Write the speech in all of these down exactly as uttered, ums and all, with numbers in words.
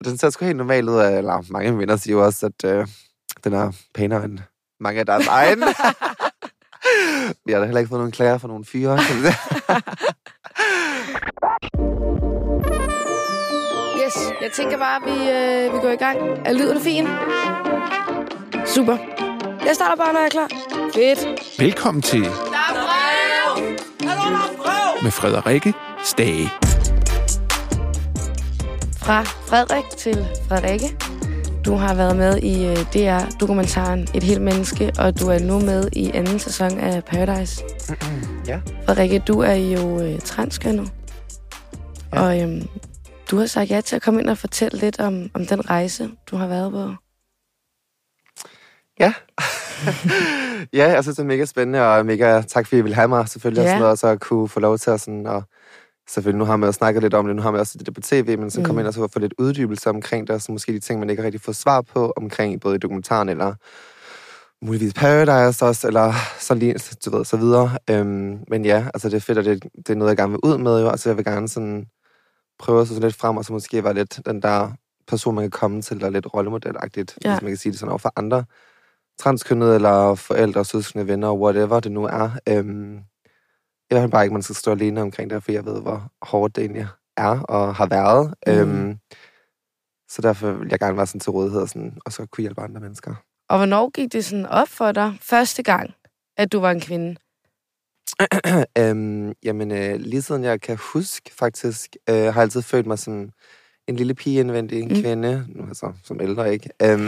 den ser sgu helt normalt ud af, eller mange venner siger jo også, at øh, den er pænere end mange af deres egne. Vi har da heller ikke fået nogen klager fra nogle fyre. Yes, jeg tænker bare, at vi, øh, vi går i gang. Er lyden fin? Super. Jeg starter bare, når jeg er klar. Fedt. Velkommen til... Der er brev! Hallo, der er brev! Med Frederikke Stage. Fra Frederik til Frederikke. Du har været med i uh, D R-dokumentaren Et helt menneske, og du er nu med i anden sæson af Paradise. Ja. Frederikke, du er jo uh, transkønnet. Ja. Og um, du har sagt ja til at komme ind og fortælle lidt om, om den rejse, du har været på. Ja. Ja, jeg synes, det er mega spændende, og mega tak, fordi I vil have mig, selvfølgelig. Ja. Og sådan noget, og så kunne få lov til at sådan... Og selvfølgelig, nu har man jo snakket lidt om det, nu har man også det på tv, men så mm. kommer ind og så få lidt uddybelse omkring det, og så måske de ting, man ikke rigtig får svar på omkring både i dokumentaren, eller muligvis Paradise også, eller så, lige, du ved, så videre. Øhm, men ja, altså det er fedt, og det, det er noget, jeg gerne vil ud med, jo. Altså jeg vil gerne sådan prøve at så lidt frem, og så måske være lidt den der person, man kan komme til, eller lidt rollemodelagtigt, ja. Hvis man kan sige det sådan over for andre transkønnede, eller forældre, søskende, venner, whatever det nu er. Øhm, Jeg vil bare ikke, man skal stå alene omkring det, for jeg ved, hvor hårdt det egentlig er og har været. Mm. Øhm, så derfor vil jeg gerne være sådan til rådighed og, sådan, og så kunne hjælpe andre mennesker. Og hvornår gik det sådan op for dig første gang, at du var en kvinde? øhm, jamen, øh, lige siden jeg kan huske, faktisk, øh, har jeg altid følt mig som en lille pige indvendig, en mm. kvinde. Nu altså som ældre, ikke? Øhm,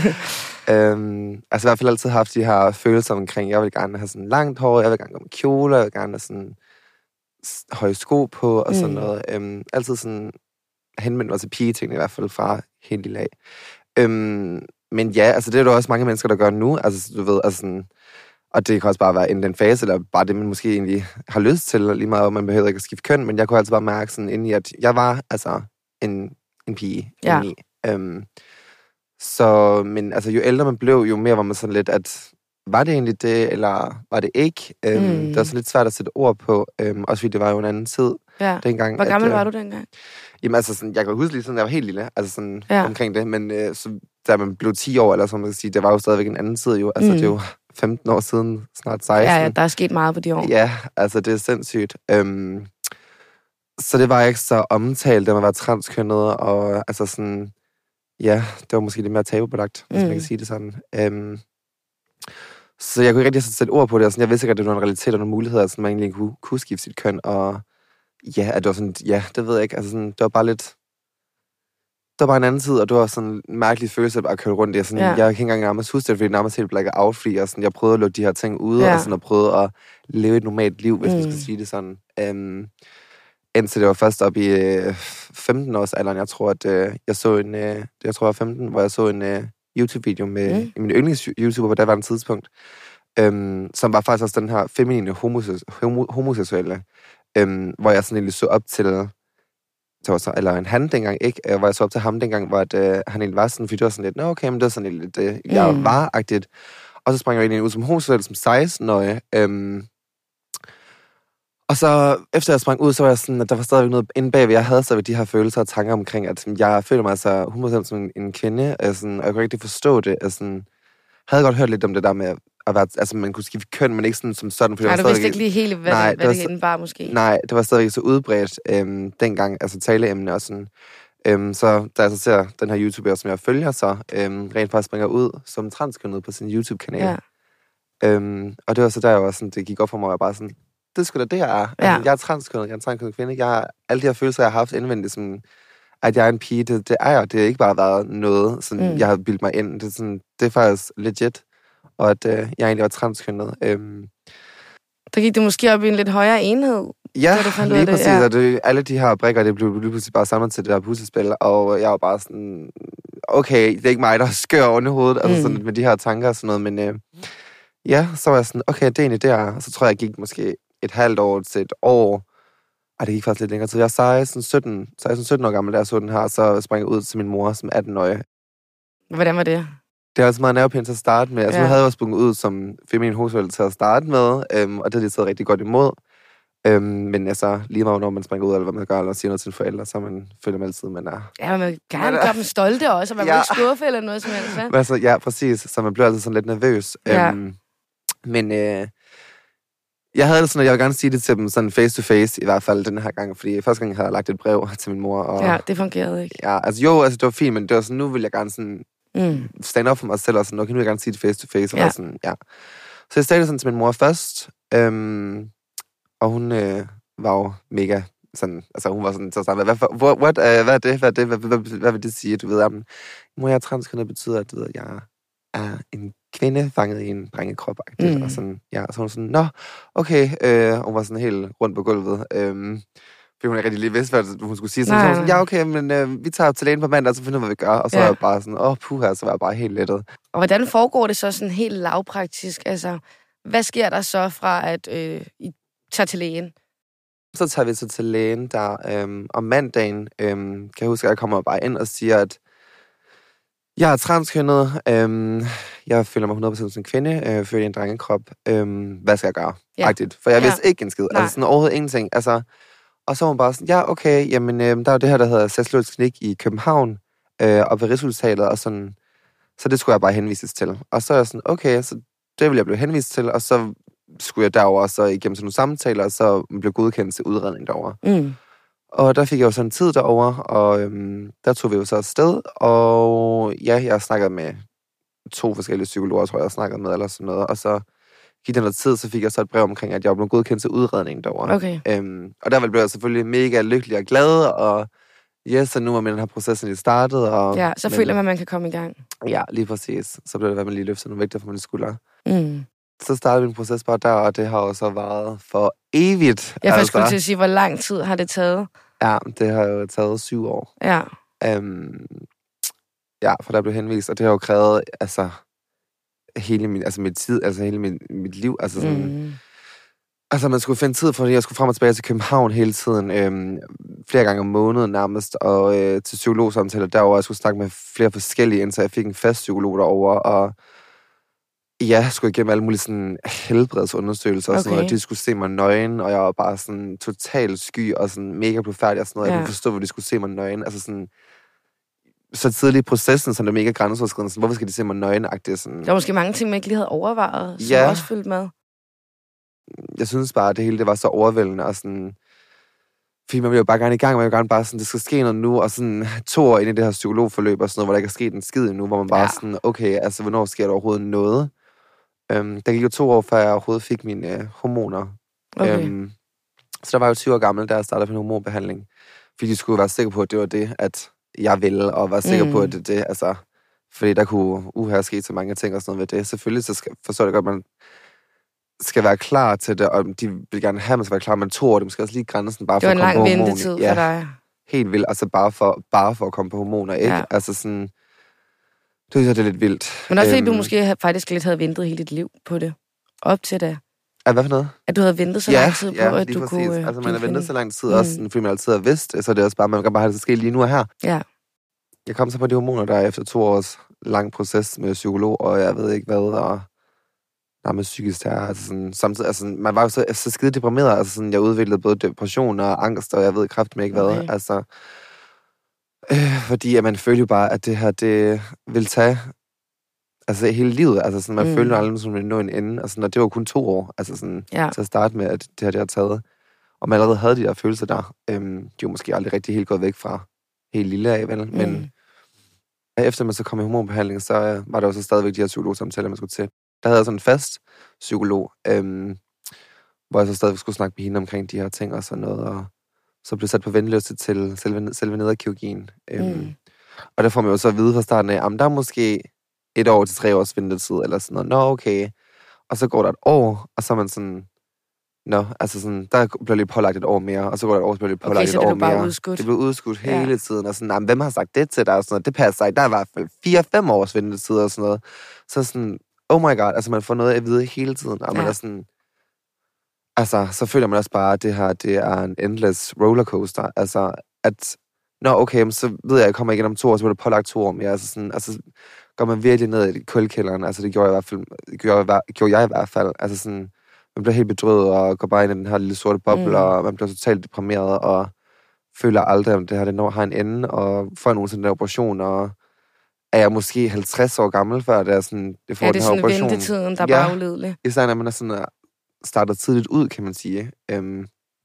øhm, altså i hvert fald altid haft de her følelser omkring, jeg vil gerne have sådan langt hår, jeg vil gerne gå med kjoler, jeg vil gerne have sådan høje sko på, og sådan mm. noget. Øhm, altid sådan henvendt mig til pigeting i hvert fald fra helt lille af. Øhm, men ja, altså det er der også mange mennesker, der gør nu. Altså du ved, altså sådan, og det kan også bare være inden den fase, eller bare det, man måske egentlig har lyst til, lige meget, og man behøver ikke at skifte køn, men jeg kunne altid bare mærke sådan inde i, at jeg var altså en, en pige ja. indeni. Øhm, så, men altså, jo ældre man blev, jo mere var man sådan lidt, at var det egentlig det, eller var det ikke? Øhm, mm. Det var sådan lidt svært at sætte ord på, øhm, også fordi det var jo en anden tid ja. dengang. Hvor gammel at, var du dengang? Jamen altså, sådan, jeg kan huske lige sådan, jeg var helt lille, altså sådan ja. omkring det, men øh, så, da man blev ti år, eller som man kan sige, det var jo stadigvæk en anden tid jo, altså mm. det er jo femten år siden, snart seksten. Ja, ja, der er sket meget på de år. Ja, altså det er sindssygt. Øhm, så det var ikke så omtalt, da man var transkønnet, og altså sådan, ja, det var måske lidt mere tabubelagt, hvis mm. man kan sige det sådan. Øhm, så jeg kunne ikke rigtig sætte ord på det, og sådan, jeg vidste ikke, at det var en realitet og nogle muligheder, at man egentlig kunne, kunne skifte sit køn, og ja, at det var sådan, ja, det ved jeg ikke, altså sådan, det var bare lidt, det var bare en anden tid, og det var sådan en mærkelig følelse at bare køre rundt i. Sådan, ja. Jeg kan ikke engang nærmest huske det, fordi det nærmest helt blacket out, fordi jeg, sådan, jeg prøvede at lukke de her ting ude, ja. Og sådan, og prøvede at leve et normalt liv, hvis mm. man skal sige det sådan. Um, indtil det var først op i øh, femten års alderen, jeg tror, at øh, jeg så en, øh, jeg tror jeg var femten, hvor jeg så en øh, YouTube-video med mm. min yndlings-YouTuber på daværende tidspunkt, um, som var faktisk også den her feminine homose- homo- homoseksuelle, um, hvor jeg sådan egentlig så op til, det var så, eller en han dengang, ikke? Hvor jeg så op til ham dengang, hvor at, øh, han egentlig var sådan, fordi det var sådan lidt, nå okay, men det var sådan lidt, øh, jeg mm. var-agtigt. Og så sprang jeg egentlig ud som homoseksuel, som seksten-årig. Øhm, og så, efter jeg sprang ud, så var jeg sådan, at der var stadigvæk noget inde bagved. Jeg havde så de her følelser og tanker omkring, at jeg følte mig altså hundrede procent som en, en kvinde, altså, og jeg kunne ikke forstå det. Altså, jeg havde godt hørt lidt om det der med at være, altså man kunne skifte køn, men ikke sådan som sådan. Nej, du vidste ikke lige helt, hvad, nej, det, hvad det, det indebar måske. Nej, det var stadig så udbredt øhm, dengang, altså taleemne og sådan. Øhm, så da jeg så ser den her YouTuber, som jeg følger, så øhm, rent faktisk springer ud som transkønnet på sin YouTube-kanal. Ja. Øhm, og det var så der, jeg var sådan, det gik op for mig, og jeg bare sådan, det skulle da det, jeg er. Ja. Altså, jeg er transkønnet, jeg er en transkønnet kvinde. Jeg har alle de her følelser, jeg har haft indvendigt, som at jeg er en pige, det, det er jeg. Det har ikke bare været noget, sådan, mm. jeg har bildt mig ind. Det er, sådan, det er faktisk legit. Og at øh, jeg egentlig var transkønnet. Øhm. Der gik det måske op i en lidt højere enhed? Ja, lige præcis. Ja. Og det, alle de her brikker, det blev lige pludselig bare samlet til det her puslespil. Og jeg var bare sådan, okay, det er ikke mig, der er skør under hovedet, mm. altså sådan, med de her tanker og sådan noget. Men øh, ja, så var jeg sådan, okay, det er egentlig der. Og så tror jeg, jeg gik måske et halvt år til et år. Ej, det gik faktisk lidt længere tid. Jeg er seksten sytten år gammel, da jeg så den her, så sprang jeg ud til min mor som atten-årig. Hvordan var det? Det var også meget nervepænt til at starte med. Altså, ja. Nu havde jeg også sprunget ud som feminin homoseksuel til at starte med, øhm, og det har de taget rigtig godt imod. Øhm, men altså, lige meget når man springer ud, eller hvad man gør, eller siger noget til forældre, så man føler man altid, man er... Ja, man vil gerne gøre dem stolte også, og man ja. vil ikke skuffe eller noget som helst. Ja? Altså, ja, præcis. Så man bliver altid sådan lidt nervøs. Ja. Øhm, men øh, jeg havde sådan, at jeg ville gerne sige det til dem sådan face to face, i hvert fald den her gang, fordi første gang havde jeg lagt et brev til min mor. Og, ja, det fungerede ikke. Ja, altså jo, altså det var fint, men det var sådan, nu vil jeg gerne sådan mm. stand op for mig selv, og sådan, okay, nu vil jeg gerne sige det face to face. Og ja. Sådan, ja. Så jeg sagde det sådan til min mor først, øhm, og hun øh, var jo mega sådan, altså hun var sådan, så sådan, hvad, what, what, uh, hvad er det, hvad er det, hvad, hvad, hvad, hvad vil det sige, du ved, jamen, mor, jeg er transkønnet, betyder, at du ved, jeg er en kvinde fanget i en drengekrop, mm. og sådan, ja, så hun sådan, nå, okay, øh, hun var sådan helt rundt på gulvet, øhm, fordi hun ikke rigtig lige vidste, hvad hun skulle sige, så, så hun sådan, ja, okay, men øh, vi tager til lægen på mandag, og så finder vi, hvad vi gør, og så ja. var jeg bare sådan, åh, puha, så var jeg bare helt lettet. Og hvordan foregår det så sådan helt lavpraktisk, altså, hvad sker der så fra, at øh, I tager til lægen? Så tager vi så til lægen, der øhm, om mandagen, øhm, kan jeg huske, at jeg kommer bare ind og siger, at jeg er transkønnet, øhm, jeg føler mig hundrede procent som kvinde, øh, føler en drengekrop, øhm, hvad skal jeg gøre? Ja. Rigtigt. For jeg vidste ja. ikke en skid, Nej. altså sådan overhovedet ingenting. Altså, og så var hun bare sådan, ja, okay, jamen, øh, der er jo det her, der hedder Sexologisk Klinik i København, øh, og ved Rigshospitalet, og sådan, så det skulle jeg bare henvises til. Og så er jeg sådan, okay, så det vil jeg blive henvist til, og så skulle jeg derover så igennem sådan nogle samtaler, og så blev godkendt til udredning derover. Mm. Og der fik jeg jo sådan en tid derover, og øhm, der tog vi jo så afsted, og ja, jeg snakkede med to forskellige psykologer, tror jeg, jeg snakkede med, eller sådan noget, og så gik der noget tid, så fik jeg så et brev omkring, at jeg blev godkendt til udredning derover. Okay. Øhm, og der blev jeg selvfølgelig mega lykkelig og glad, og ja, så nu er den her processen lige startet. Og, ja, så men, føler man, at man kan komme i gang. Ja, lige præcis. Så blev det, at man lige løfter nogle vægter fra mine skuldre. Mm. Så startede min proces bare der, og det har jo så varet for evigt. Jeg altså. skulle til at sige, hvor lang tid har det taget? Ja, det har jo taget syv år. Ja. Øhm, ja, for der blev henvist, og det har jo krævet, altså, hele min, altså mit tid, altså hele mit, mit liv, altså sådan... Mm. Altså, man skulle finde tid for det. Jeg skulle frem og tilbage til København hele tiden, øhm, flere gange om måneden nærmest, og øh, til psykologsamtaler derovre. Jeg skulle snakke med flere forskellige, indtil jeg fik en fast psykolog derovre, og ja, jeg skulle igennem alle mulige sådan helbredsundersøgelser og sådan okay. noget, og de skulle se mig nøgen, og jeg var bare sådan totalt sky og sådan mega blodfærdig og sådan noget. Ja. Jeg kunne forstå, hvor de skulle se mig nøgen. Altså sådan, så tidligt i processen, så det er mega grænseoverskridende. Sådan, hvorfor skal de se mig nøgen-agtigt? Sådan. Der var måske mange ting, man ikke lige havde overvejet, som ja. også følte med. Jeg synes bare, at det hele det var så overvældende, og sådan, fordi man vil jo bare gerne i gang, man vil jo gerne bare sådan, det skal ske noget nu, og sådan to år inde i det her psykologforløb, og sådan noget, hvor der ikke er sket en skid endnu, hvor man bare ja. sådan, okay, altså, hvornår sker der overhovedet noget? Øhm, der gik jo to år, før jeg overhovedet fik mine øh, hormoner. Okay. Øhm, så der var jo tyve år gammel, da jeg startede på en hormonbehandling, fordi de skulle være sikre på, at det var det, at jeg ville, og være sikker mm. på, at det er det, altså, fordi der kunne uha ske så mange ting og sådan noget ved det. Selvfølgelig så skal, forstår det godt, man skal være klar til det, og de vil gerne have, at man skal være klar, men to år, det måske også lige grænsen bare for at komme på hormoner. Det var en lang ventetid ja, for dig. Helt vildt, altså bare for, bare for at komme på hormoner, ikke? Ja. Altså sådan, det synes jeg, det er lidt vildt. Men også fordi øhm, du måske faktisk lidt havde ventet hele dit liv på det, op til det. Ja, hvad for noget? At du havde ventet så ja, lang tid på, ja, at du præcis. kunne... Ja, altså man har ventet så lang tid mm. også, fordi man altid har vidst, så er det også bare, man kan bare have det så ske lige nu og her. Ja. Jeg kom så på de hormoner, der efter to års lang proces med psykolog, og jeg ved ikke hvad, og der med psykisk terror, altså sådan, samtidig, altså man var jo så, så skide deprimeret, altså sådan, jeg udviklede både depression og angst, og jeg ved kræftmænd ikke hvad, okay. altså, øh, fordi at man følte jo bare, at det her, det vil tage, altså hele livet, altså sådan, man mm. følte aldrig, som man nå en ende, altså, og det var kun to år, altså sådan, ja. til at starte med, at det her, det har taget, og man allerede havde de der følelser der, øhm, de var måske aldrig rigtig helt gået væk fra helt lille af, vel, mm. men efter man så kom i hormonbehandling, så øh, var der jo så stadigvæk de her psykologsamtaler, man skulle til. Der havde jeg sådan en fast psykolog, øhm, hvor jeg så stadig skulle snakke med hende omkring de her ting og sådan noget, og så blev sat på venteliste til selve, selve nederkirurgien. Øhm, mm. Og der får man jo så at vide fra starten af, om der er måske et år til tre års ventetid, eller sådan noget. Nå, okay. Og så går der et år, og så er man sådan, nå, altså sådan, der bliver lige pålagt et år mere, og så går der et år, så bliver lige pålagt okay, et år mere. Udskudt. Det blev udskudt hele ja. tiden, og sådan, nah, hvem har sagt det til dig? Og sådan noget. Det passer ikke. Der er i hvert fald fire-fem års ventetid og sådan noget. Så sådan, oh my god, altså man får noget at vide hele tiden, og man ja. er sådan, altså, så føler man også bare, at det her, det er en endless rollercoaster, altså, at, nå, okay, så ved jeg, at jeg kommer igen om to år, så bliver det pålagt to år mere, altså sådan, altså, går man virkelig ned i kuldkælderen, altså det gjorde jeg i hvert fald, gjorde jeg, gjorde jeg i hvert fald, altså sådan, man bliver helt bedrøvet og går bare ind i den her lille sorte boble, mm. og man bliver totalt deprimeret og føler aldrig, at det her det når har en ende, og får nogen til den der operation, og er jeg måske halvtreds år gammel, før det er sådan, jeg får ja, den her operation. Ja, det er sådan ventetiden, der ja, bare er ulidelig. Især når man er sådan, starter tidligt ud, kan man sige. Øhm,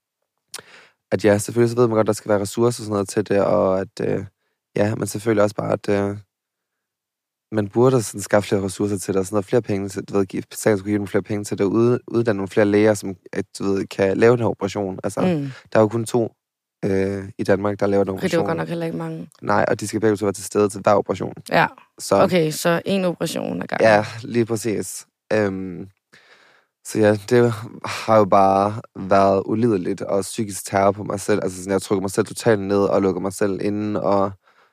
at ja, selvfølgelig så ved man godt, at der skal være ressourcer og sådan noget til det, og at øh, ja, men selvfølgelig også bare, at øh, man burde sådan skaffe flere ressourcer til det, og sådan noget, flere penge til, du ved, staten skulle give nogle flere penge til det, og uddanne nogle flere læger, som du ved, kan lave den her operation. Altså, mm. der er jo kun to øh, i Danmark, der laver den operation. Det er jo godt nok heller ikke mange. Nej, og de skal begge være til stede til hver operation. Ja, så, okay, så en operation ad gangen. Ja, lige præcis. Øhm, så ja, det har jo bare været ulideligt og psykisk terror på mig selv. Altså sådan, jeg trykker mig selv totalt ned og lukker mig selv inde, og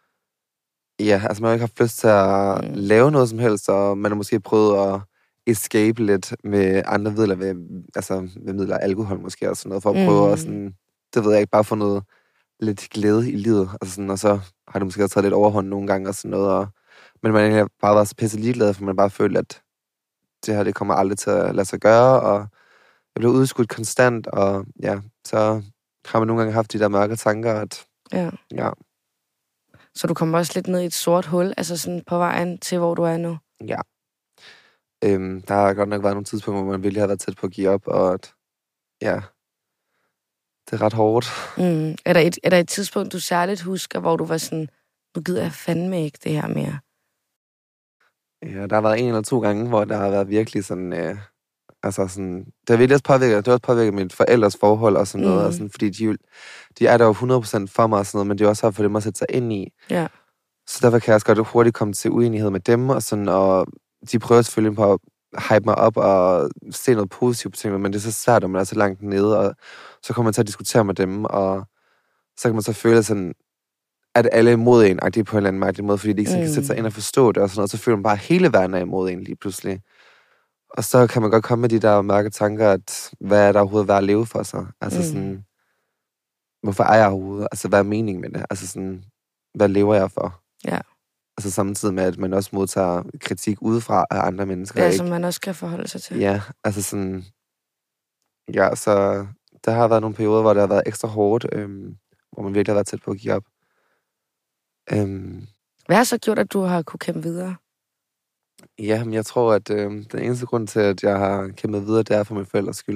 ja, altså man har ikke haft lyst til at mm. lave noget som helst, og man har måske prøvet at escape lidt med andre midler, ved, altså med midler alkohol måske, og sådan noget, for at prøve mm. at sådan, det ved jeg ikke, bare få noget lidt glæde i livet, altså sådan, og så har det måske også taget lidt overhånd nogle gange, og sådan noget, og, men man har bare været så pisse ligeglad, for man bare følte, at det her, det kommer aldrig til at lade sig gøre, og jeg blev udskudt konstant, og ja, så har man nogle gange haft de der mørke tanker, at ja. ja. Så du kommer også lidt ned i et sort hul, altså sådan på vejen til, hvor du er nu? Ja. Øhm, der har godt nok været nogle tidspunkter, hvor man virkelig har været tæt på at give op, og at, ja, det er ret hårdt. Mm. Er, der et, er der et tidspunkt, du særligt husker, hvor du var sådan, nu gider jeg fandme ikke det her mere? Ja, der har været en eller to gange, hvor der har været virkelig sådan, øh, altså sådan, det har virkelig også påvirket, det har også påvirket mit forældres forhold og sådan noget, mm. og sådan, fordi de, de er der jo hundrede procent for mig og sådan noget, men det er også for dem at sætte sig ind i. Ja. Så derfor kan jeg også godt hurtigt komme til uenighed med dem, og sådan, og de prøver selvfølgelig på at hype mig op og se noget positivt på tingene, men det er så svært, når man er så langt nede, og så kommer man til at diskutere med dem, og så kan man så føle sådan, at alle er imod en, agtigt på en eller anden mærkelig måde, fordi de ikke mm. kan sætte sig ind og forstå det, og sådan noget, så føler man bare, at hele verden er imod en lige pludselig. Og så kan man godt komme med de der mørke tanker, at hvad er der overhovedet værd at leve for sig? Altså mm. sådan, hvorfor er jeg overhovedet? Altså, hvad er meningen med det? Altså sådan, hvad lever jeg for? Ja. Altså samtidig med, at man også modtager kritik udefra af andre mennesker. Ja, ikke? som man også kan forholde sig til. Ja, altså sådan, ja, så der har været nogle perioder, hvor det har været ekstra hårdt, øhm, hvor man virkelig har været tæt på at give op. Øhm, Hvad har så gjort, at du har kunne kæmpe videre? Ja, men jeg tror, at øh, den eneste grund til, at jeg har kæmpet videre, det er for mine forældres skyld.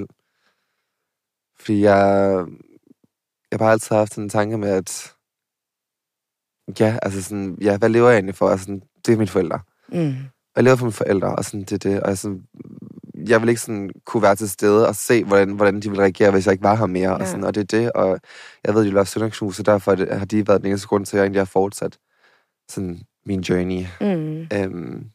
Fordi jeg, jeg har bare altid haft en tanke med, at ja, altså sådan, ja, hvad lever jeg egentlig for? Altså, sådan, det er mine forældre. Mm. Jeg lever for mine forældre, og sådan, det er det. Og altså, jeg vil ikke sådan kunne være til stede og se, hvordan, hvordan de vil reagere, hvis jeg ikke var her mere. Ja. Og, sådan, og det er det, og jeg ved, at de vil være søndagshus, så derfor har de været den eneste grund til, at jeg egentlig har fortsat sådan min journey. Mm. Øhm,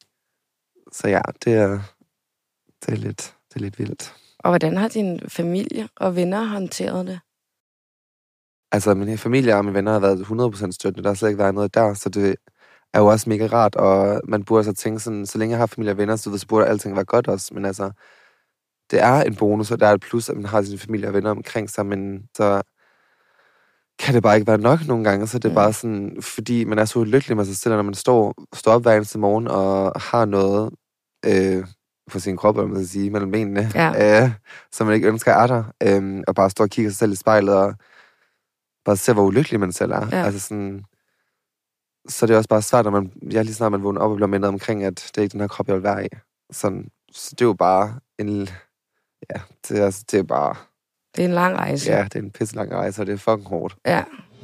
så ja, det er, det er lidt, det er lidt vildt. Og hvordan har din familie og venner håndteret det? Altså, min familie og mine venner har været hundrede procent støttende. Der har slet ikke været noget der, så det er jo også mega rart, og man burde så tænke sådan, så længe jeg har familie og venner, så, så burde alting være godt også, men altså, det er en bonus, og der er et plus, at man har sin familie og venner omkring sig, men så kan det bare ikke være nok nogle gange, så det er mm. bare sådan, fordi man er så ulykkelig med sig selv, når man står, står op hver eneste morgen og har noget øh, på sin krop, eller man skal sige, mellem benene, ja. øh, som man ikke ønsker er der, øh, og bare står og kigger sig selv i spejlet, og bare ser, hvor ulykkelig man selv er. Ja. Altså sådan, så det er også bare svært, når man, ja, lige snart man vågner op og bliver mindet omkring, at det er ikke den her krop, jeg vil være i. Sådan, så det er jo bare en, ja, det er, det er bare... Det er en lang rejse. Ja, det er en pisse lang rejse, og det er fucking hårdt. Ja.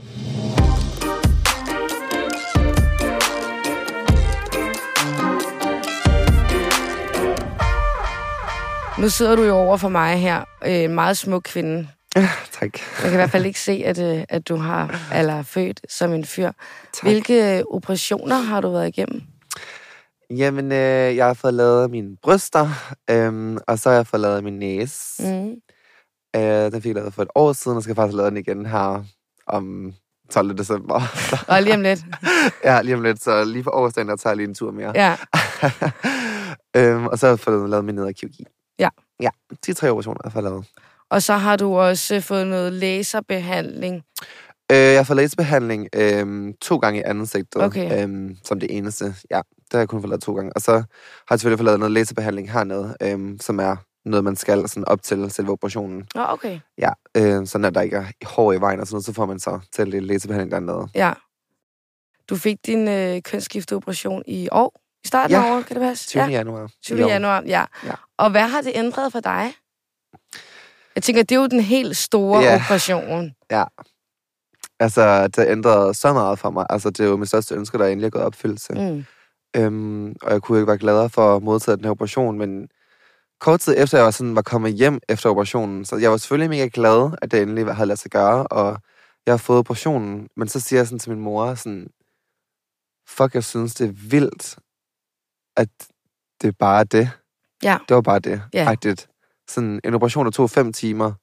Nu sidder du jo over for mig her, en meget smuk kvinde. Ja, tak. Jeg kan i hvert fald ikke se, at, at du har eller er født som en fyr. Tak. Hvilke operationer har du været igennem? Jamen, øh, jeg har fået lavet mine bryster, øh, og så har jeg fået lavet min næse. Mm. Øh, den fik jeg lavet for et år siden, og skal faktisk lave den igen her om tolvte december. Og lige om lidt. Ja, lige om lidt, så lige på årsdagen, der tager jeg lige en tur mere. Ja. øhm, og så har jeg fået lavet min nederkirurgi. Ja. Ja, de tre operationer har jeg fået lavet. Og så har du også fået noget laserbehandling. Øh, jeg har fået laserbehandling øh, to gange i ansigtet, okay. øh, som det eneste. Ja, det har jeg kun fået lavet to gange. Og så har jeg selvfølgelig fået lavet noget laserbehandling hernede, øh, som er noget, man skal sådan op til selve operationen. Nå, okay. Ja, øh, sådan at der ikke er hår i vejen og sådan noget, så får man så til lidt laserbehandling dernede. Ja. Du fik din øh, kønsskifteoperation i år? I starten ja. af året, kan det passe? tyvende januar. tyvende januar, ja. ja. Og hvad har det ændret for dig? Jeg tænker, det er jo den helt store ja. operation. Ja. Altså, det ændrede så meget for mig. Altså, det er jo mit største ønske, der endelig er gået opfyldelse. Mm. Øhm, og jeg kunne ikke være gladere for at modtage den her operation, men kort tid efter, jeg var, sådan, var kommet hjem efter operationen, så jeg var selvfølgelig mega glad, at det endelig havde ladet sig gøre, og jeg har fået operationen, men så siger jeg sådan til min mor, sådan, fuck, jeg synes, det er vildt, at det er bare det. Ja. Det var bare det, ja. rigtigt. Sådan en operation, der tog fem timer.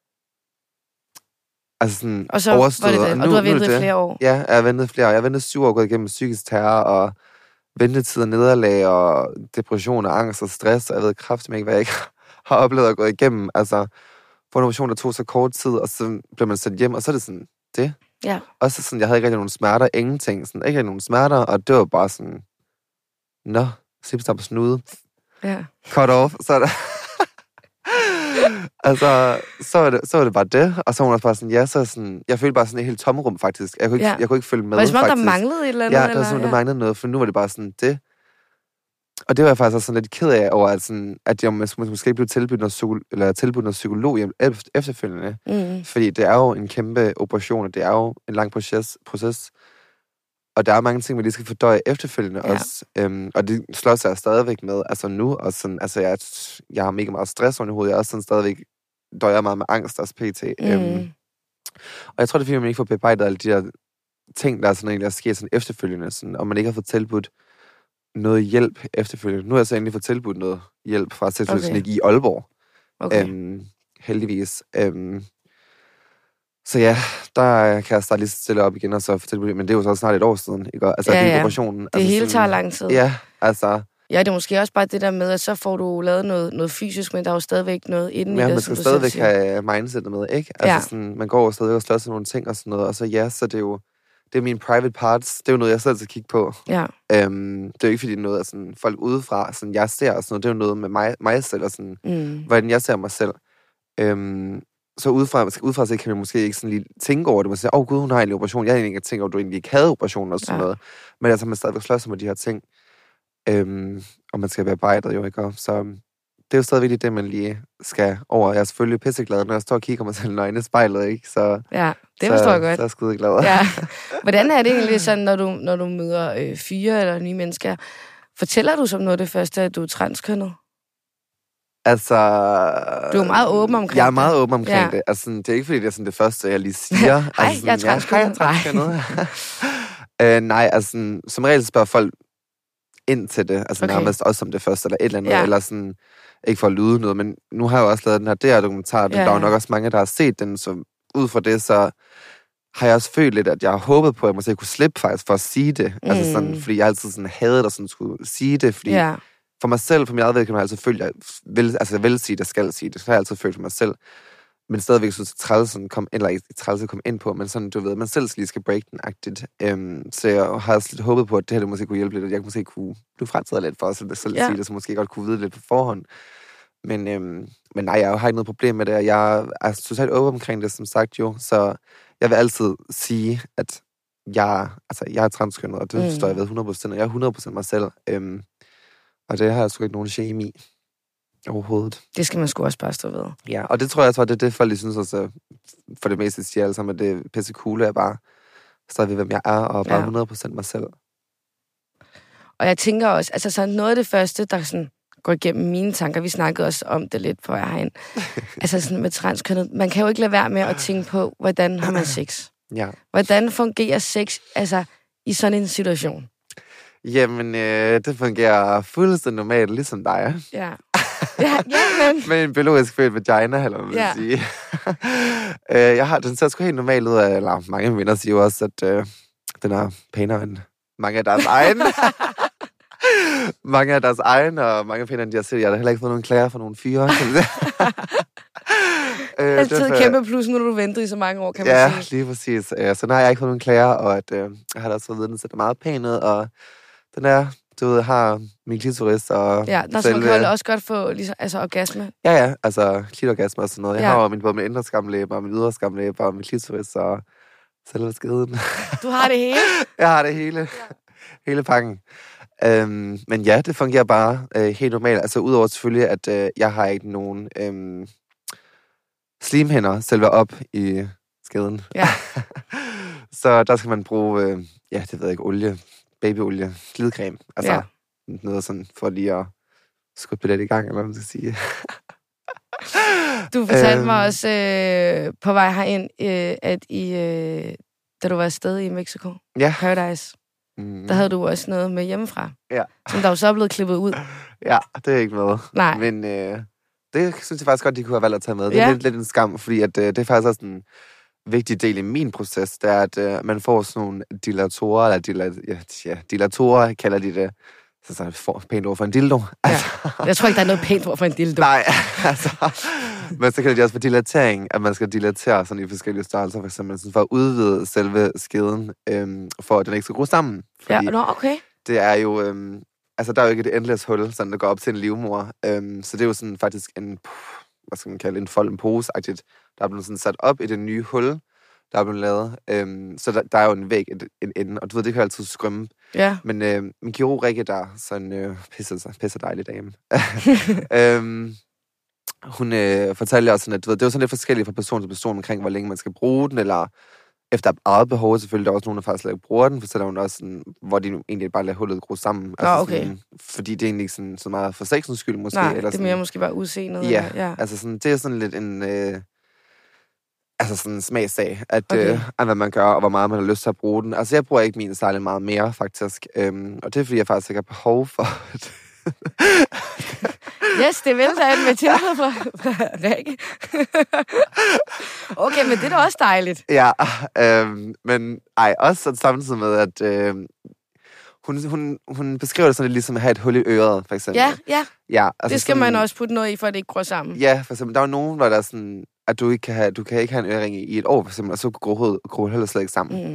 Altså sådan og så overstået. var det det, og, nu, og du har ventet i flere år. Ja, jeg har ventet flere år. Jeg har ventet syv år, gået igennem psykisk terror, og ventetid og nederlag, og depression og angst og stress, og jeg ved kraftigt ikke, hvad jeg ikke har oplevet at gå igennem. Altså, for en operation, der tog så kort tid, og så blev man sendt hjem, og så er det sådan, det. Ja. Og så sådan, jeg havde ikke rigtig nogen smerter, ingenting, sådan, ikke rigtig nogen smerter, og det var bare sådan, nå, slipstop på snude. Ja. Cut off, så er det... altså, så var, det, så var det bare det, og så var hun også bare sådan, ja, så sådan, jeg følte bare sådan et helt tomrum, faktisk. Jeg kunne ikke, ja. jeg kunne ikke følge med, faktisk. Var det som om, faktisk. der manglede et eller andet? Ja, der var sådan, der ja. manglede noget, for nu var det bare sådan, det. Og det var jeg faktisk også sådan lidt ked af over, at, sådan, at jeg måske, måske blev tilbudt noget, psyko- eller tilbudt noget psykolog efterfølgende. Mm. Fordi det er jo en kæmpe operation, og det er jo en lang proces, proces. Og der er mange ting, man lige skal fordøje efterfølgende ja. også. Øhm, og det slås jeg stadigvæk med, altså nu. Og sådan, altså jeg, jeg har mega meget stress under hovedet. Jeg er også sådan stadigvæk døjer meget med angst, også pt. Mm. Øhm, og jeg tror, det er fordi, man ikke får bearbejdet alle de der ting, der er sådan egentlig, der sker sådan efterfølgende. Sådan, og man ikke har fået tilbudt noget hjælp efterfølgende. Nu har jeg så endelig fået tilbudt noget hjælp fra Sexologisk okay. i Aalborg. Okay. Øhm, heldigvis. Øhm, så ja, der kan jeg starte lige stille op igen og så fortælle, men det er jo så snart et år siden, ikke? Altså, ja, det er ja. operationen. Det altså, hele tager lang tid. Ja, altså... Ja, det er måske også bare det der med, at så får du lavet noget, noget fysisk, men der er jo stadigvæk noget inden ja, i det, man skal stadigvæk have mindsetet med, ikke? Altså ja. sådan, man går jo stadigvæk og slås med nogle ting og sådan noget, og så ja, så det er jo, det er mine private parts, det er jo noget, jeg selv skal kigge på. Ja. Øhm, det er jo ikke, fordi det er noget, at sådan, folk udefra, sådan, jeg ser og sådan noget, det er jo noget med mig, mig selv, og sådan, mm. hvordan jeg ser mig selv. Øhm, så udefra, udefra så kan man måske ikke sådan lige tænke over det, man siger, åh oh, gud, hun har en operation, jeg har egentlig ikke tænkt over, at du egentlig ikke havde operation og sådan ja. noget. Men altså, man stadigvæk slås med de her ting. Øhm, og man skal bearbejde jo, ikke? Så det er jo stadigvæk det, man lige skal over. Jeg er selvfølgelig pisseglad, når jeg står og kigger mig selv nøgne i spejlet, ikke? Så, ja, det forstår så, jeg godt. Så er jeg skide glad. Ja. Hvordan er det egentlig sådan, når du, når du møder øh, fyre eller nye mennesker? Fortæller du som noget af det første, at du er transkønnet? Altså... Du er meget åben omkring det. Jeg er meget åben omkring ja. det. Altså, det er ikke, fordi det er sådan det første, jeg lige siger. Hej, altså, sådan, jeg er transkønnet. Ja, hej, jeg er transkønnet. øh, nej, altså, sådan, som regel spørger folk ind til det. Altså okay. nærmest også som det første, eller et eller andet. Ja. Eller sådan, ikke for at lyde noget, men nu har jeg jo også lavet den her D R-dokumentar. Ja. Der er jo nok også mange, der har set den, så ud fra det, så har jeg også følt lidt, at jeg har håbet på, at jeg måske kunne slippe faktisk for at sige det. Mm. Altså sådan, fordi jeg altid sådan havde at sådan skulle sige det, fordi ja. for mig selv, for min eget vedkommende, har jeg altid følt, at jeg vil, altså jeg vil sige det, jeg skal sige det. Så har jeg altid følt for mig selv. Men stadigvæk synes, at trælsen kom ind, eller ikke trælsen kom ind på, men sådan, du ved, man selv lige skal break den-agtigt. Øhm, så jeg har også lidt håbet på, at det her det måske kunne hjælpe lidt, at jeg måske kunne blive frataget lidt for at selv, selv ja. sige det, så måske godt kunne vide lidt på forhånd. Men, øhm, men nej, jeg har ikke noget problem med det, og jeg er totalt åben omkring det, som sagt jo, så jeg vil altid sige, at jeg, altså, jeg er transkønnet, og det mm. står jeg ved hundrede procent, og jeg er hundrede procent mig selv. Øhm, og det har jeg sgu ikke nogen shame i. Overhovedet. Det skal man sgu også bare stå ved. Ja, og det tror jeg også, det er det, folk de synes også, for det meste siger alle sammen, at det er pisse cool, at jeg bare stadig ved, hvem jeg er, og bare ja. hundrede procent mig selv. Og jeg tænker også, altså sådan noget af det første, der sådan går igennem mine tanker, vi snakkede også om det lidt på herhen, altså sådan med transkønnet, man kan jo ikke lade være med at tænke på, hvordan har man sex? Ja. Hvordan fungerer sex, altså i sådan en situation? Jamen, øh, det fungerer fuldstændig normalt, ligesom dig. Ja. Ja, ja, men... med en biologisk født vagina, eller hvad man ja. sige. øh, jeg har, den ser sgu helt normalt ud af, eller mange venner siger jo også, at øh, den er pænere end mange af deres egen. mange af deres egen, og mange pænere end de har set. Jeg har heller ikke fået nogen klager fra nogen fyre. øh, altid et kæmpe plus, nu du ventet i så mange år, kan man ja, sige. Ja, lige præcis. Øh, så nej, jeg har ikke fået nogen klager, og at, øh, jeg har da også fået viden, at det er meget pænt ud, og den er du ved, har min klitoris og Ja, der selve... man kan også godt få ligesom, altså, orgasme. Ja, ja, altså klitorgasme og sådan noget. Jeg Ja. har jo min, både min indre skamlæber og min ydre skamlæber og min klitoris og selve skeden. Du har det hele? Jeg har det hele. Ja. Hele pakken. Øhm, men ja, det fungerer bare øh, helt normalt. Altså udover selvfølgelig, at øh, jeg har ikke nogen øh, slimhinder selve op i skeden. Ja. Så der skal man bruge, øh, ja, det ved jeg ikke, olie, babyolie, glidecreme. Altså Ja. noget sådan for lige at skubbe det lidt i gang, eller hvad man skal sige. Du fortalte Øhm. mig også øh, på vej herind, øh, at I, øh, da du var afsted i Mexico, Ja. Paradise, Mm. der havde du også noget med hjemmefra, Ja. som der jo så er blevet klippet ud. Ja, det er ikke med. Nej. Men øh, det synes jeg faktisk godt, de kunne have valgt at tage med. Det er Ja. lidt, lidt en skam, fordi at, øh, det er faktisk også en vigtig del i min proces, det er, at øh, man får sådan nogle dilatorer, eller dilat, ja, ja, dilatorer, kalder de det. Så så får et pænt ord for en dildo. Ja. Jeg tror ikke, der er noget pænt ord for en dildo. Nej, altså. Men så kalder de også for dilatering, at man skal dilatere sådan i forskellige størrelser, for eksempel sådan for at udvide selve skeden, øhm, for at den ikke skal gro sammen. Fordi Ja, nå, okay. det er jo, øhm, altså der er jo ikke et endeløst hul, sådan der går op til en livmor. Øhm, så det er jo sådan faktisk en, hvad skal man kalde, en fold, en pose-agtigt, der er blevet sådan sat op i det nye hul, der er blevet lavet. Øhm, så der, der er jo en væg, en, en ende, og du ved, det kan altid skrymme. Ja. Men øh, min kirurg Rikke, der sådan øh, pisser, pisser dejlig dame, øhm, hun øh, fortalte også sådan, at du ved, det er jo sådan lidt forskelligt fra person til person omkring, hvor længe man skal bruge den, eller efter eget behov selvfølgelig. Der er også nogen, der faktisk slet ikke bruger den, fortæller hun også, sådan, hvor de egentlig bare lader hullet gro sammen. Nå, okay. Sådan, fordi det er egentlig ikke sådan, så meget for sexens skyld, måske. Nej, eller det er sådan, mere måske bare udseendet. Ja, eller, ja. altså sådan, det er sådan lidt en... Øh, altså sådan en smagssag, at, Okay. øh, at hvad man gør, og hvor meget man har lyst til at bruge den. Altså, jeg bruger ikke min særlig meget mere, faktisk. Øhm, og det er, fordi jeg faktisk ikke har behov for det. Yes, det vælter alt med tilbud fra Rikke. Okay, men det er da også dejligt. Ja, øhm, men ej, også sådan samtidig med, at øh, hun, hun, hun beskriver det sådan lidt ligesom at have et hul i øret, for eksempel. Ja, ja. ja altså Det skal sådan, man også putte noget i, for at det ikke gror sammen. Ja, for eksempel, der er jo nogen, hvor der er sådan, at du ikke kan have, du kan ikke have en ørering i et år, for eksempel, og så går hullet slet ikke sammen. Mm.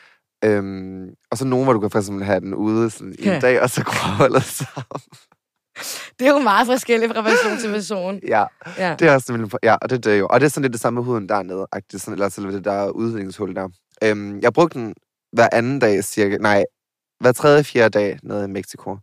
Øhm, og så nogen, hvor du kan for eksempel have den ude sådan, i en Ja. dag, og så går hullet sammen. Det er jo meget forskelligt fra person til person. Ja, Ja. det er også simpelthen, ja, og det er det jo. Og det er sådan lidt det samme med huden dernede, sådan, eller selve det der udviklingshul der. Øhm, jeg brugte den hver anden dag cirka, nej, hver tredje, fjerde dag nede i Mexico.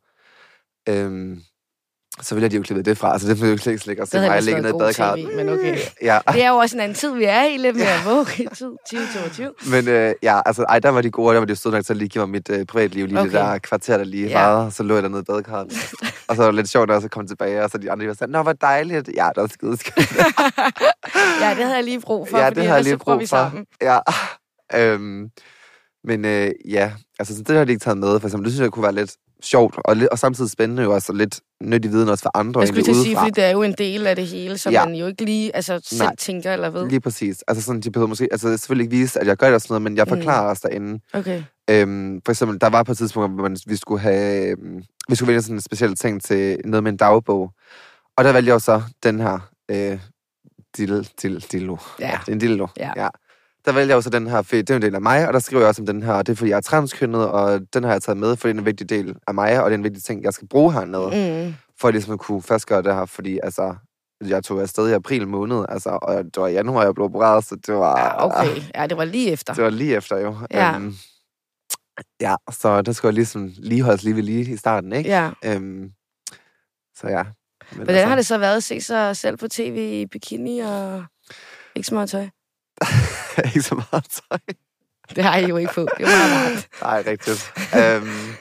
Øhm, så ville jeg de jo klippet det fra, altså det ville jo slet ikke slikke os til mig at ligge nede i badekarret. Men okay. Ja. Det er jo også en anden tid, vi er i, lidt mere vågetid, tyve toogtyve. Men øh, ja, altså, ej, der var de gode, der var de søde nok til at lige give mig mit øh, privatliv, lige okay. Det Okay. der kvarter, der lige Ja. varede, så lå jeg dernede i badekarret. Og så var det lidt sjovt, at så kom tilbage, og så de andre var sådan, nå, hvor dejligt. Ja, det var skideskønt. Ja, det havde jeg lige brug for, Ja, fordi det har jeg ellers lige så gror brug vi for. sammen. Ja. øhm, men øh, ja, altså så det har de ikke taget med, for eksempel. Det synes jeg kunne være lidt sjovt, og, lidt, og samtidig spændende jo, altså lidt nyttig viden også for andre. Jeg skulle til egentlig at sige, udefra. fordi det er jo en del af det hele, som Ja. man jo ikke lige altså, selv Nej. tænker eller ved. Lige præcis. Altså sådan, de behøver måske, altså selvfølgelig ikke vise, at jeg gør det og sådan noget, men jeg forklarer mm. også derinde. Okay. Øhm, for eksempel, der var på et tidspunkt, hvor man, vi skulle have, øhm, vi skulle vælge sådan en speciel ting til noget med en dagbog. Og der valgte jeg jo så den her, øh, dil, dil, dildo. Ja. Det er en dildo. Ja. ja. Der valgte jeg jo så den her, for det er jo en del af mig, og der skriver jeg også om den her, og det er fordi jeg er transkønnet, og den har jeg taget med, for det er en vigtig del af mig, og det er en vigtig ting, jeg skal bruge hernede, Mm. for at ligesom at kunne fastgøre det her, fordi altså, jeg tog afsted i april måned, altså, og det var i januar, jeg blev opereret, så det var... Ja, okay. Ja, det var lige efter. Det var lige efter jo. Ja. Øhm, ja, så det skulle ligesom lige holdes lige ved lige i starten, ikke? Ja. Øhm, så ja. Men Hvordan har det så været at se sig selv på tv i bikini og ikke så meget tøj? ikke så meget tøj. Det har I jo ikke på. Det er jo meget rart. Nej, rigtigt. øhm,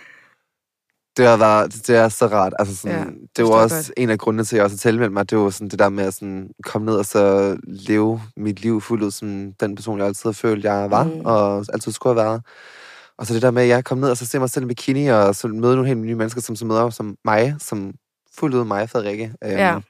det har været, det er så rart. Altså sådan, Ja, det er forstår jo også godt. en af grundene til, at jeg også har tilmeldt mig. Det var sådan det der med at sådan, komme ned og så leve mit liv fuldt ud som den person, jeg altid har følt, jeg var, Mm. og altid skulle have været. Og så det der med, at jeg kom ned og så se mig selv i bikini, og så møde nogle helt nye mennesker, som så møder som mig, som fuldt ud mig, Frederikke. Øhm, Ja.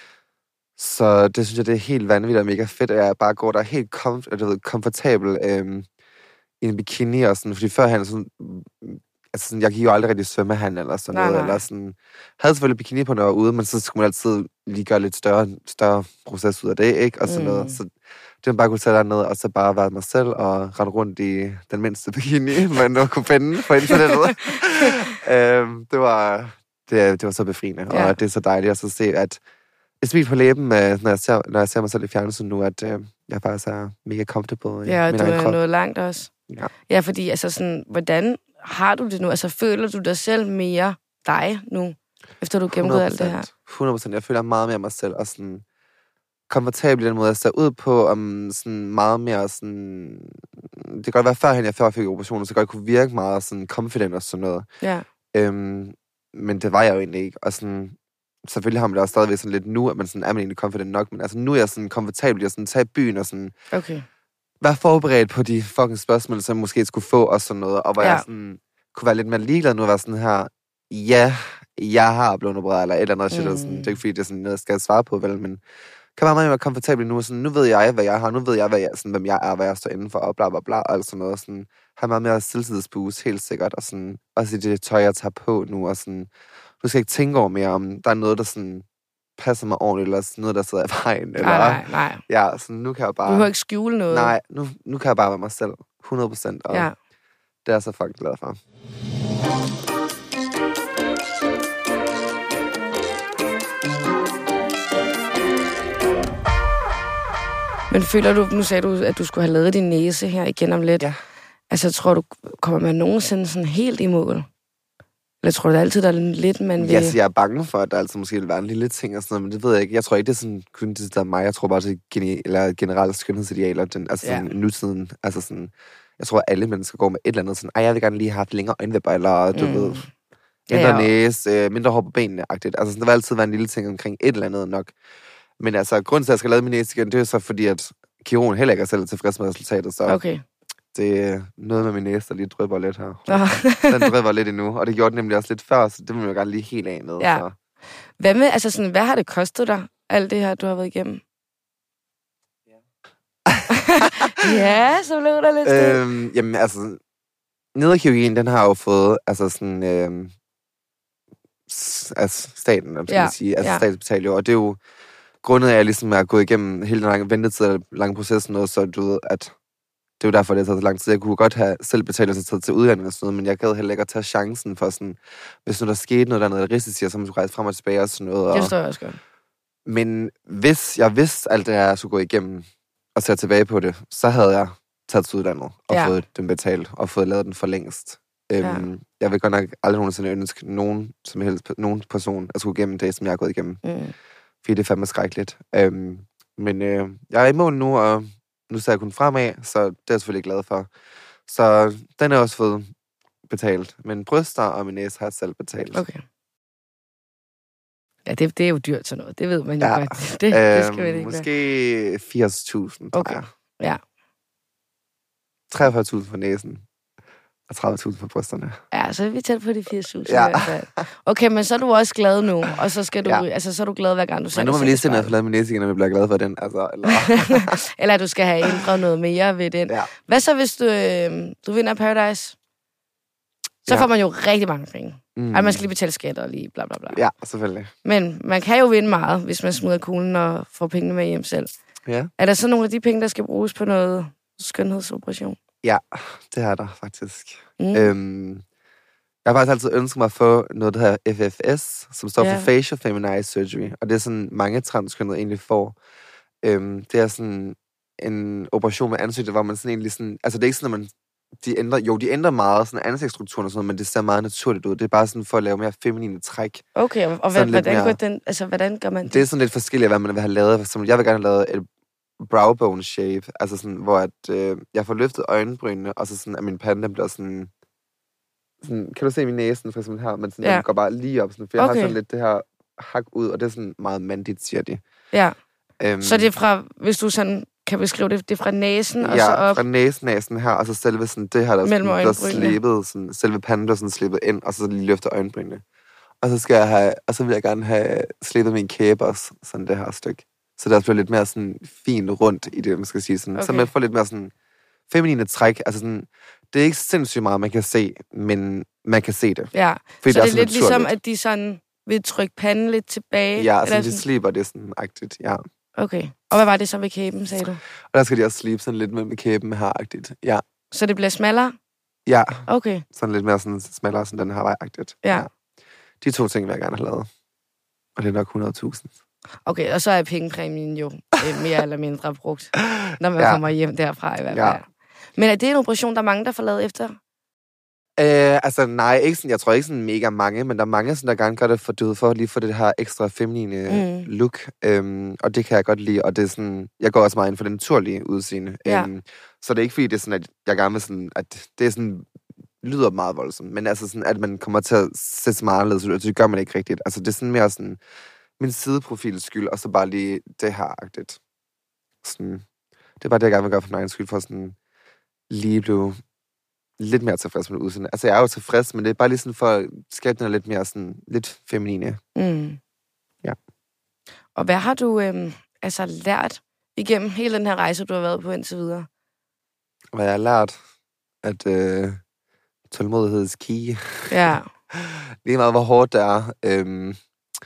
Så det synes jeg, det er helt vanvittigt og mega fedt, at jeg bare går der helt komf- du ved, komfortabel øhm, i en bikini og sådan, fordi førhen sådan, altså sådan, jeg gik jo aldrig rigtig svømmehand eller sådan Nej, noget, nej. eller sådan, havde selvfølgelig bikini på, når jeg var ude, men så skulle man altid lige gøre lidt større, større proces ud af det, ikke? Og sådan Mm. noget. Så Det var bare kunne tage derned, og så bare være mig selv, og rende rundt i den mindste bikini, man nu kunne finde på internettet. øhm, det, var, det, det var så befriende, ja. Og det er så dejligt at så se, at et smil på læben, når jeg ser, når jeg ser mig selv i fjernsynet nu, at øh, jeg faktisk er mega comfortable i ja, min egen krop. Ja, du er nået langt også. Ja. Ja, fordi altså sådan, hvordan har du det nu? Altså, føler du dig selv mere dig nu, efter du gennemgået alt det her? hundrede procent. Jeg føler meget mere mig selv, og sådan komfortabel i den måde, jeg ser ud på, om sådan meget mere sådan... Det kan godt være, førhen jeg før fik operationen, så godt kunne virke meget sådan confident og sådan noget. Ja. Øhm, men det var jeg jo egentlig ikke, og sådan... Selvfølgelig har man det også stadigvæk sådan lidt nu, at man sådan, er man egentlig confident nok, men altså nu er jeg sådan komfortabel i at sådan, tage i byen og sådan... Okay. Være forberedt på de fucking spørgsmål, som jeg måske skulle få og sådan noget, og hvor ja. jeg sådan kunne være lidt mere ligeglad nu, og være sådan her, ja, jeg har blevet opereret, eller et eller andet shit, mm. sådan, det er ikke fordi, det er sådan noget, jeg skal svare på, vel, men kan være meget mere komfortabel nu, sådan, nu ved jeg, hvad jeg har, nu ved jeg, hvad jeg, sådan, hvem jeg er, hvad jeg står indenfor, og bla bla bla, og alt sådan noget, sådan, har meget mere selvtidsboost, helt sikkert, og sådan, også i det tøj, jeg tager på nu, og sådan, nu skal jeg ikke tænke over mere, om der er noget, der sådan, passer mig ordentligt, eller sådan noget, der sidder i vejen, eller... Nej, nej, nej. Ja, sådan, nu kan jeg bare... Du behøver ikke skjule noget. Nej, nu, nu kan jeg bare være mig selv, hundrede procent, og ja. Det er jeg så fucking glad for. Men føler du, nu sagde du, at du skulle have lavet din næse her igen om lidt. Ja. Altså, tror du, kommer man nogensinde sådan helt i mål? Eller tror du, der altid der er lidt, man vil... Ja, så jeg er bange for, at der altid måske vil være en lille ting og sådan noget, men det ved jeg ikke. Jeg tror ikke, det er sådan kun det, der er mig. Jeg tror bare, det er geni- eller generelt skønhedsidealer, den, altså sådan, ja. Nutiden. Altså sådan, jeg tror, at alle mennesker går med et eller andet sådan, ej, jeg vil gerne lige have haft længere øjenvipper, eller du mm. ved, mindre ja, ja. næse, mindre hår på benene-agtigt. Altså sådan, der vil altid være en lille ting omkring et eller andet nok. Men altså, grunden til, at jeg skal lave min næse igen, det er så fordi, at kirurgen heller ikke er selv tilfreds med resultatet, så... Okay. Det er noget med min næse, der lige drypper lidt her. Den drypper lidt endnu, og det gjorde den nemlig også lidt før, så det må jeg gerne lige helt af med. Ja. Så. Hvad med, altså sådan, hvad har det kostet dig, alt det her, du har været igennem? Ja, ja så blev der lidt stille. Øhm, jamen, altså, nederkirurgien, den har jo fået, altså sådan, øhm, s- altså staten, skal ja. sige, altså ja. Statsbetalt jo, og det er jo, grundet af, at jeg ligesom er gået igennem hele den lange ventetid, og lange proces, noget, så du ved, at det er jo derfor, det har taget så lang tid. Jeg kunne godt have selv betalt sig til uddanning og sådan noget, men jeg gad heller ikke at tage chancen for sådan, hvis nu der skete noget, der er noget risici, så man skulle rejse frem og tilbage og sådan noget. Og... Det står jeg også godt. Men hvis jeg vidste alt det her, jeg skulle gå igennem og se tilbage på det, så havde jeg taget til uddannet og ja. fået den betalt og fået lavet den for længst. Ja. Øhm, jeg vil godt nok aldrig nogensinde ønske nogen, som helst, nogen person at skulle igennem det, som jeg har gået igennem. Mm. Fordi det er fandme skrækkeligt. Øhm, men øh, jeg er i mål nu, og nu ser jeg kun fremad, så det er jeg selvfølgelig glad for. Så den er også fået betalt. Men bryster og min næse har jeg selv betalt. Okay. Ja, det, det er jo dyrt sådan noget. Det ved man jo ja. godt. Det, øhm, det skal vi ikke måske firs tusind, tror okay. jeg. Ja. treogfyrre tusind for næsen. Og tredive tusind for brysterne. Ja, så er vi tæt på de firs tusind ja. i hvert fald. Okay, men så er du også glad nu, og så skal du, ja. altså så er du glad hver gang du ser. Men nu må vi lige se, når jeg får lavet min næse igen, og vi bliver glad for den. Altså, eller... eller du skal have ændret noget mere ved den. Ja. Hvad så, hvis du, øh, du vinder Paradise? Så ja. får man jo rigtig mange penge. Mm. Ej, man skal lige betale skat og lige bla bla bla. Ja, selvfølgelig. Men man kan jo vinde meget, hvis man smider kuglen og får pengene med hjem selv. Ja. Er der så nogle af de penge, der skal bruges på noget skønhedsoperation? Ja, det er der faktisk. Mm. Øhm, jeg har faktisk altid ønsket mig at få noget, der hedder F F S, som står yeah. for Facial Feminized Surgery. Og det er sådan, mange transkønnede egentlig får. Øhm, det er sådan en operation med ansigtet, hvor man sådan egentlig sådan... Altså, det er ikke sådan, at man... De ændrer, jo, de ændrer meget sådan ansigtsstrukturen og sådan noget, men det ser meget naturligt ud. Det er bare sådan for at lave mere feminine træk. Okay, og, og hvad, hvordan, mere, går den, altså, hvordan gør man det? Det er sådan lidt forskelligt, hvad man vil have lavet. For eksempel, jeg vil gerne have lavet et browbone shape, altså sådan, hvor at, øh, jeg får løftet øjenbrynene, og så sådan, at min pande bliver sådan, sådan... Kan du se min næsen, for eksempel her? Men sådan, ja. Den går bare lige op, sådan, for jeg okay. har sådan lidt det her hak ud, og det er sådan meget mandigt, siger de. Ja. Øhm, så det er fra, hvis du sådan kan beskrive det, det er fra næsen og ja, så op? Ja, fra næsen, næsen her, og så selve sådan, det her, der bliver slebet, sådan, selve panden bliver sådan slebet ind, og så lige løfter øjenbrynene. Og så skal jeg have, og så vil jeg gerne have slebet min kæbe også, sådan det her stykke. Så der bliver lidt mere sådan fint rundt i det, man skal sige sådan. Okay. Så man får lidt mere sådan feminine træk. Altså sådan, det er ikke sindssygt meget, man kan se, men man kan se det. Ja, så det er, det er lidt ligesom, at de sådan vil trykke panden lidt tilbage. Ja, altså de sliber det sådan agtigt, ja. Okay. Og hvad var det så ved kæben, sagde du? Og der skal de også slibe sådan lidt med kæben med haragtigt. Ja. Så det bliver smallere? Ja. Okay. Sådan lidt mere sådan smallere, sådan den Hawaii-agtigt. Ja. ja. De to ting vil jeg gerne have lavet. Og det er nok hundrede tusind. Okay, og så er pengepræmien jo øh, mere eller mindre brugt, når man ja. kommer hjem derfra i hvert fald. Ja. Men er det en operation, der er mange, der får lavet efter? Øh, altså nej, ikke sådan, jeg tror ikke sådan mega mange, men der er mange, sådan, der gerne gør det for død for, lige for det her ekstra feminine mm. look. Øhm, og det kan jeg godt lide, og det er sådan, jeg går også meget ind for det naturlige udseende. Ja. Øhm, så det er ikke fordi, det er sådan, at jeg gerne vil sådan, at det er sådan, lyder meget voldsomt, men altså sådan, at man kommer til at se så meget anderledes ud, det gør man ikke rigtigt. Altså det er sådan mere sådan, min sideprofils skyld, og så bare lige det her-agtigt. Sådan, det er bare det, jeg gerne vil gøre for min egen skyld, for sådan lige blive lidt mere tilfreds med det udseende. Altså, jeg er jo tilfreds, men det er bare lige sådan for at skabe noget lidt mere sådan, lidt feminine. Mm. Ja. Og hvad har du øhm, altså lært igennem hele den her rejse, du har været på indtil videre? Hvad jeg har lært, at øh, tålmodighed is key. Ja. Lige meget, hvor hårdt det er, øhm,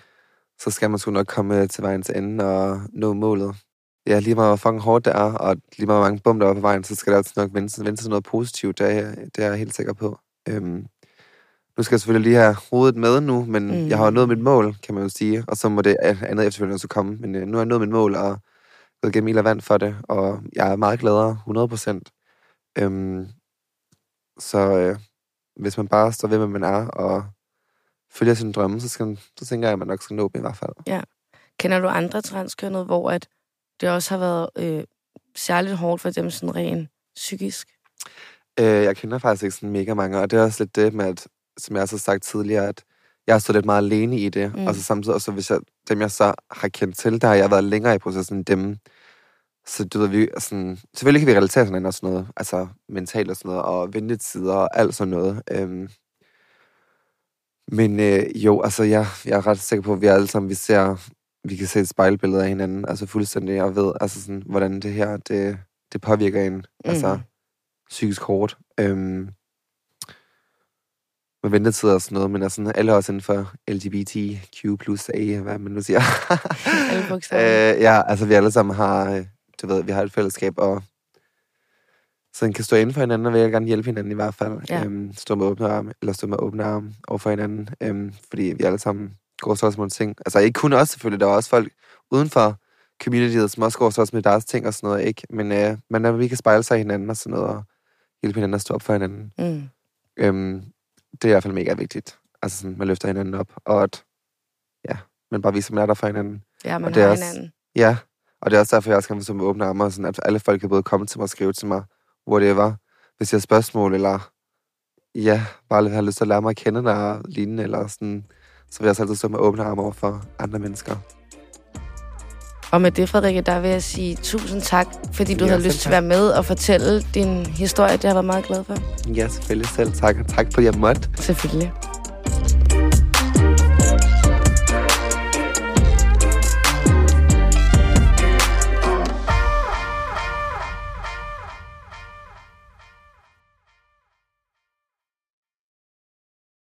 så skal man sgu nok komme til vejen til enden og nå målet. Ja, lige meget hvor fucking hårdt det er, og lige meget hvor mange bum der er på vejen, så skal der også nok vente, vente til noget positivt. Det er, det er jeg helt sikker på. Øhm, nu skal jeg selvfølgelig lige have hovedet med nu, men mm. jeg har nået mit mål, kan man jo sige. Og så må det andet efterfølgende også komme. Men øh, nu har jeg nået mit mål, og gået gennem ild og vand for det. Og jeg er meget gladere, hundrede procent. Øhm, så øh, hvis man bare står ved, hvad man er, og følger sine drømme, så, skal, så tænker jeg, at man nok skal nå dem i hvert fald. Ja. Kender du andre transkønnede, hvor at det også har været øh, særligt hårdt for dem sådan rent psykisk? Øh, jeg kender faktisk ikke sådan mega mange, og det er også lidt det med, at, som jeg også har sagt tidligere, at jeg har stået lidt meget alene i det, mm. og så samtidig også, hvis jeg, dem jeg så har kendt til, der har jeg været længere i processen end dem. Så du ved, vi sådan, selvfølgelig kan vi relatere sådan og sådan noget, altså mentalt og sådan noget, og ventetider og alt sådan noget. Øhm, men øh, jo, altså jeg, jeg er ret sikker på, at vi alle sammen, vi ser, vi kan se et spejlbillede af hinanden, altså fuldstændig, og ved, altså sådan, hvordan det her, det, det påvirker en, mm. altså psykisk hårdt. Øhm, med ventetider og sådan noget, men altså alle også inden for L G B T Q plus A, hvad man nu siger. Alle bogstaver. øh, ja, altså vi alle sammen har, du ved, vi har et fællesskab, og sådan kan stå inden for hinanden, og vil jeg gerne hjælpe hinanden i hvert fald. Ja. Øhm, stå med åbne arme, eller stå med åbne arme over for hinanden, øhm, fordi vi alle sammen går så også med ting. Altså ikke kun os selvfølgelig, der er også folk uden for communityet, som også går så også med deres ting og sådan noget, ikke? Men, øh, men der, vi kan spejle sig i hinanden og sådan noget, og hjælpe hinanden at stå op for hinanden. Mm. Øhm, det er i hvert fald mega vigtigt. Altså sådan, man løfter hinanden op, og at, ja, man bare viser, man er der for hinanden. Ja, man og det har er også, hinanden. Ja, og det er også derfor, jeg også kan få med åbne arme, sådan at alle folk kan både komme til mig og skrive til mig, whatever, hvis jeg har spørgsmål, eller ja, bare have lyst til at lære mig at kende dig og lignende, eller sådan, så vil jeg også altid stå med åbne arme over for andre mennesker. Og med det, Frederikke, der vil jeg sige tusind tak, fordi du ja, havde lyst til at være med og fortælle din historie. Det har jeg været meget glad for. Ja, selvfølgelig selv. Tak, tak for, at jeg måtte. Selvfølgelig.